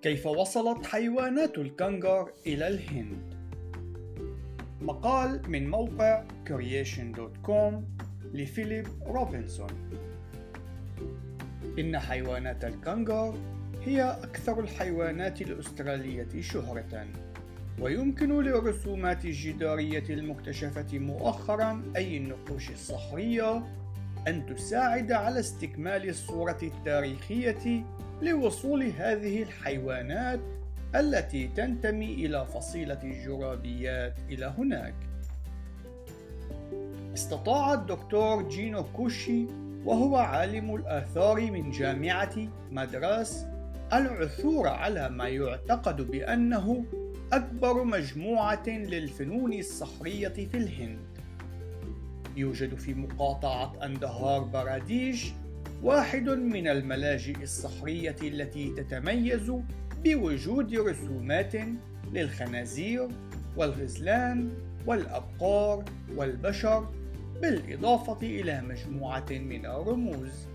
كيف وصلت حيوانات الكنغر إلى الهند؟ مقال من موقع creation.com لفيليب روبنسون. إن حيوانات الكنغر هي أكثر الحيوانات الأسترالية شهرة، ويمكن للرسومات الجدارية المكتشفة مؤخرا أي النقوش الصخرية أن تساعد على استكمال الصورة التاريخية لوصول هذه الحيوانات التي تنتمي إلى فصيلة الجرابيات إلى هناك. استطاع الدكتور جينو كوشي، وهو عالم الآثار من جامعة مدراس، العثور على ما يعتقد بأنه أكبر مجموعة للفنون الصخرية في الهند. يوجد في مقاطعة أندهار باراديش واحد من الملاجئ الصخرية التي تتميز بوجود رسومات للخنازير والغزلان والأبقار والبشر، بالإضافة إلى مجموعة من الرموز.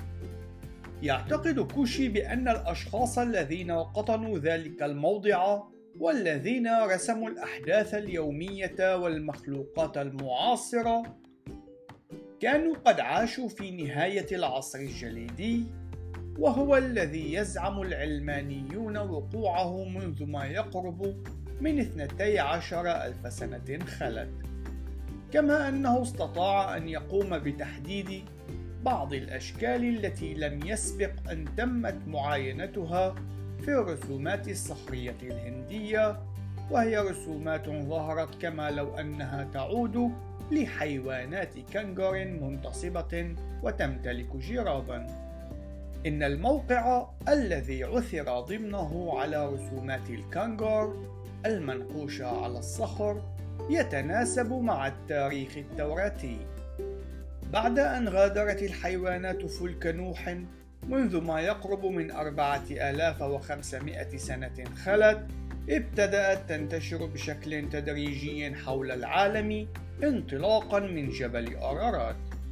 يعتقد كوشي بأن الأشخاص الذين قطنوا ذلك الموضع والذين رسموا الأحداث اليومية والمخلوقات المعاصرة كانوا قد عاشوا في نهاية العصر الجليدي، وهو الذي يزعم العلمانيون وقوعه منذ ما يقرب من 12,000 سنة خلت. كما أنه استطاع أن يقوم بتحديد بعض الأشكال التي لم يسبق أن تمت معاينتها في الرسومات الصخرية الهندية، وهي رسومات ظهرت كما لو أنها تعود لحيوانات كنغر منتصبة وتمتلك جرابا. إن الموقع الذي عثر ضمنه على رسومات الكنغر المنقوشة على الصخر يتناسب مع التاريخ التوراتي. بعد أن غادرت الحيوانات فلك نوح منذ ما يقرب من 4500 سنة خلت، ابتدأت تنتشر بشكل تدريجي حول العالم انطلاقا من جبل أرارات.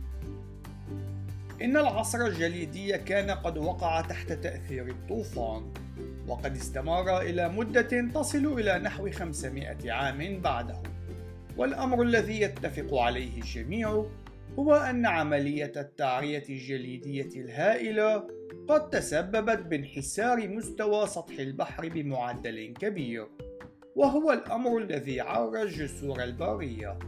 إن العصر الجليدي كان قد وقع تحت تأثير الطوفان، وقد استمر إلى مدة تصل إلى نحو 500 عام بعده. والأمر الذي يتفق عليه الجميع هو أن عملية التعرية الجليدية الهائلة قد تسببت بانحسار مستوى سطح البحر بمعدل كبير، وهو الأمر الذي عرى الجسور البرية.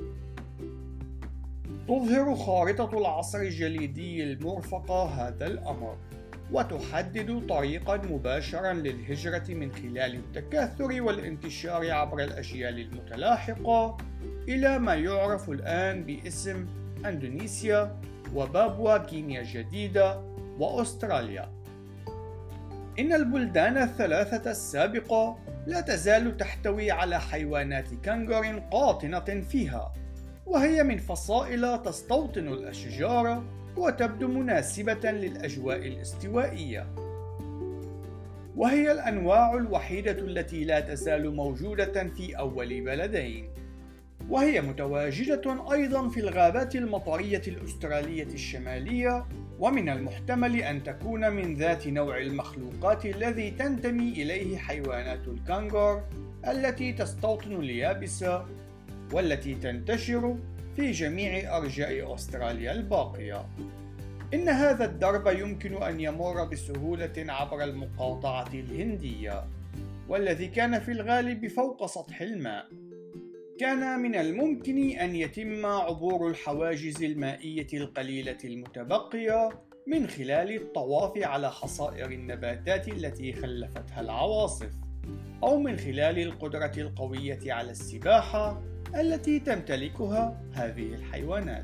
تظهر خارطة العصر الجليدي المرفقة هذا الأمر، وتحدد طريقا مباشرا للهجرة من خلال التكاثر والانتشار عبر الأجيال المتلاحقة إلى ما يعرف الآن باسم أندونيسيا وبابوا غينيا الجديدة وأستراليا. إن البلدان الثلاثة السابقة لا تزال تحتوي على حيوانات كنغر قاطنة فيها، وهي من فصائل تستوطن الأشجار وتبدو مناسبة للأجواء الاستوائية، وهي الأنواع الوحيدة التي لا تزال موجودة في أول بلدين. وهي متواجدة أيضا في الغابات المطرية الأسترالية الشمالية، ومن المحتمل أن تكون من ذات نوع المخلوقات الذي تنتمي إليه حيوانات الكنغر التي تستوطن اليابسة والتي تنتشر في جميع أرجاء أستراليا الباقية. إن هذا الدرب يمكن أن يمر بسهولة عبر المقاطعة الهندية، والذي كان في الغالب فوق سطح الماء. كان من الممكن أن يتم عبور الحواجز المائية القليلة المتبقية من خلال الطواف على حصائر النباتات التي خلفتها العواصف، أو من خلال القدرة القوية على السباحة التي تمتلكها هذه الحيوانات.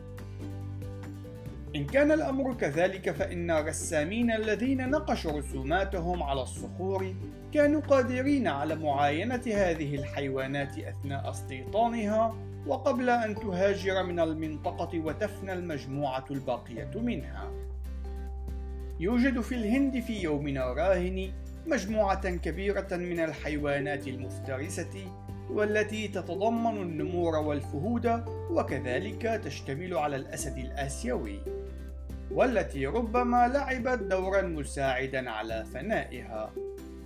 إن كان الأمر كذلك، فإن الرسامين الذين نقشوا رسوماتهم على الصخور كانوا قادرين على معاينة هذه الحيوانات أثناء استيطانها وقبل أن تهاجر من المنطقة وتفنى المجموعة الباقية منها. يوجد في الهند في يومنا الراهن مجموعة كبيرة من الحيوانات المفترسة، والتي تتضمن النمور والفهود، وكذلك تشتمل على الأسد الآسيوي، والتي ربما لعبت دورا مساعدا على فنائها.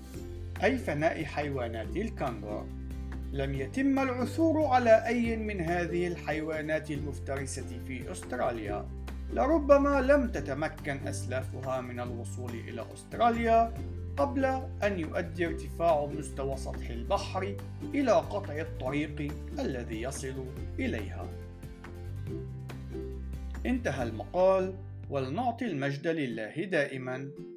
أي فناء حيوانات الكنغر. لم يتم العثور على أي من هذه الحيوانات المفترسة في أستراليا، لربما لم تتمكن أسلافها من الوصول إلى أستراليا قبل أن يؤدي ارتفاع مستوى سطح البحر إلى قطع الطريق الذي يصل إليها. انتهى المقال، ولنعطي المجد لله دائما.